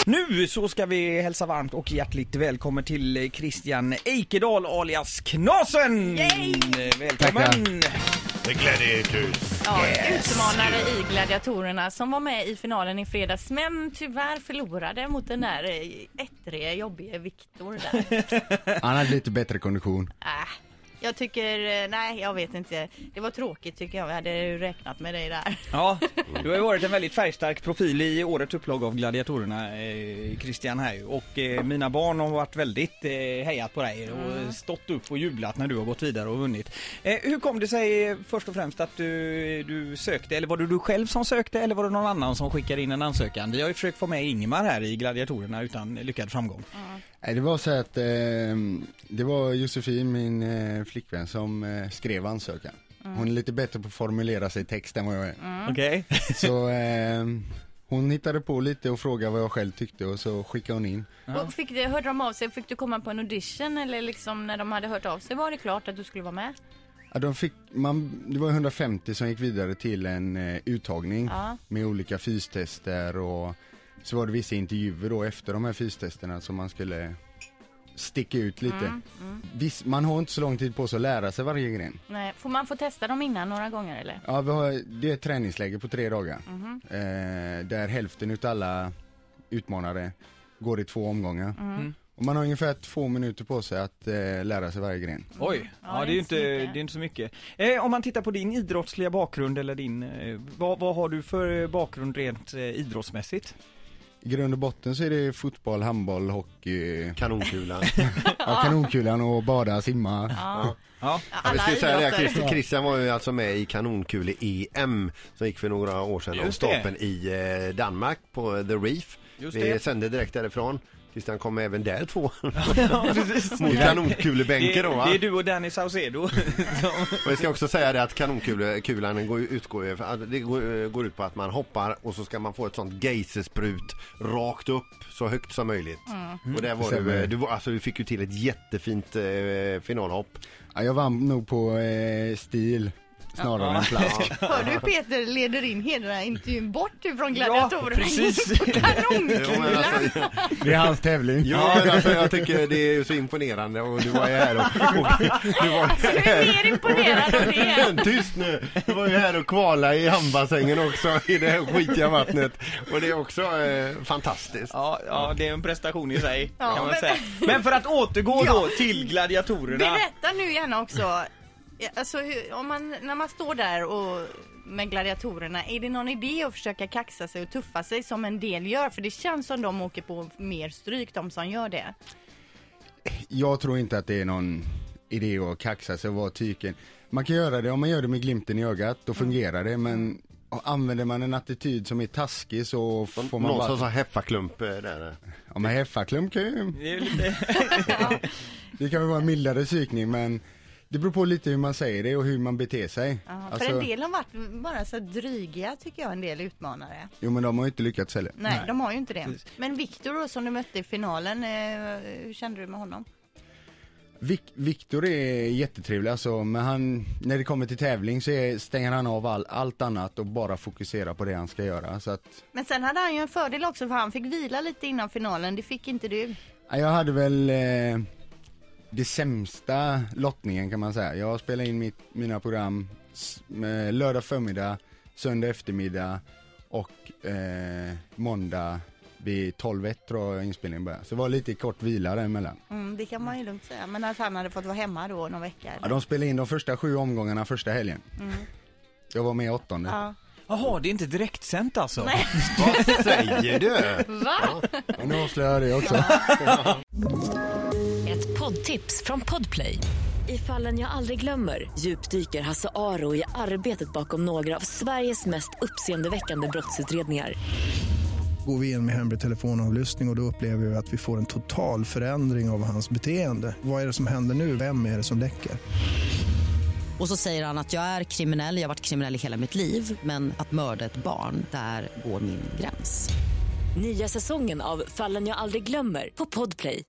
Nu så ska vi hälsa varmt och hjärtligt välkommen till Christian Eikedahl alias Knasen. Yay! Välkommen. The Gladiators. Ja, utmanare i Gladiatorerna som var med i finalen i fredags men tyvärr förlorade mot den där ettriga, jobbiga Viktor där. Han hade lite bättre kondition. Jag tycker, nej jag vet inte. Det var tråkigt tycker jag, vi hade ju räknat med dig där. Ja, du har ju varit en väldigt färgstark profil i årets upplag av Gladiatorerna, Christian här ju. Och mina barn har varit väldigt hejat på dig och stått upp och jublat när du har gått vidare och vunnit. Hur kom det sig först och främst att du sökte, eller var det du själv som sökte eller var det någon annan som skickade in en ansökan? Vi har ju försökt få med Ingmar här i Gladiatorerna utan lyckad framgång. Det var så att det var Josefin, min flickvän, som skrev ansökan. Hon är lite bättre på att formulera sig i text än vad jag är. Okej. Så hon hittade på lite och frågade vad jag själv tyckte och så skickade hon in. Och hörde de av sig, fick du komma på en audition eller liksom när de hade hört av sig var det klart att du skulle vara med? Ja, det var 150 som gick vidare till en uttagning med olika fystester och så var det vissa intervjuer då efter de här fystesterna som man skulle sticka ut lite. Man har inte så lång tid på sig att lära sig varje gren. Nej, får man få testa dem innan några gånger eller? Ja, det är ett träningsläge på 3 dagar. Där hälften utav alla utmanare går i 2 omgångar. Och man har ungefär 2 minuter på sig att lära sig varje gren. Oj, ja, det är inte så mycket. Om man tittar på din idrottsliga bakgrund eller vad har du för bakgrund rent idrottsmässigt? I grund och botten så är det fotboll, handboll, hockey, Kanonkulan. kanonkulan och bada, simma. Ja, vi skulle säga det, Christian var ju alltså med i kanonkule-EM som gick för några år sedan av stapeln i Danmark på The Reef. Vi sände direkt därifrån. Christian kom även där 2 mot kanonkulebänken då, va? Det är du och Danny Saucedo. Och jag ska också säga det att kanonkulan går ut på att man hoppar och så ska man få ett sånt geysersprut rakt upp så högt som möjligt. Och där var du fick ju till ett jättefint finalhopp. Ja, jag vann nog på stil snarare än plask. Hör du Peter leder in hela intervjun bort från Gladiatorerna. Ja, precis. Det är hans tävling. Ja, men alltså, jag tycker det är så imponerande och du var ju här du var alltså, du är mer imponerad av det. Tyst nu. Du var ju här och kvala i hamnbassängen också i det här skitiga vattnet och det är också fantastiskt. Ja, det är en prestation i sig kan man säga. Men för att återgå då till Gladiatorerna. Berätta nu gärna också. Alltså när man står där och med Gladiatorerna, är det någon idé att försöka kaxa sig och tuffa sig som en del gör? För det känns som de åker på mer stryk, de som gör det. Jag tror inte att det är någon idé att kaxa sig och vara tyken. Man kan göra det om man gör det med glimten i ögat, då fungerar det, men använder man en attityd som är taskig så får man någon som heffaklump där. Ja, men heffaklump kan ju... Det kan väl vara en mildare psykning, men det beror på lite hur man säger det och hur man beter sig. För en del har varit bara så dryga tycker jag, en del utmanare. Jo, men de har ju inte lyckats heller. Nej, de har ju inte det. Men Viktor då, som du mötte i finalen, hur kände du med honom? Viktor är jättetrevlig alltså, men när det kommer till tävling så stänger han av allt annat och bara fokuserar på det han ska göra. Så att... Men sen hade han ju en fördel också, för han fick vila lite innan finalen. Det fick inte du. Ja, jag hade väl... det sämsta lottningen kan man säga. Jag spelar in mina program lördag förmiddag, söndag eftermiddag och måndag vid 12:01 tror jag inspelningen började. Så det var lite kort vila däremellan. Det kan man ju lugnt säga. Men att han hade fått vara hemma då någon vecka? Eller? Ja, de spelade in de första 7 omgångarna första helgen. Jag var med 8:e. Ja. Jaha, det är inte direktsänt alltså. Nej. Vad säger du? Va? Ja, nu avslöjar jag det också. Ett poddtips från Podplay. I Fallen jag aldrig glömmer djupdyker Hasse Aro i arbetet bakom några av Sveriges mest uppseendeväckande brottsutredningar. Går vi in med hemlig telefonavlyssning och då upplever vi att vi får en total förändring av hans beteende. Vad är det som händer nu? Vem är det som läcker? Och så säger han att jag är kriminell, jag har varit kriminell i hela mitt liv. Men att mörda ett barn, där går min gräns. Nya säsongen av Fallen jag aldrig glömmer på Podplay.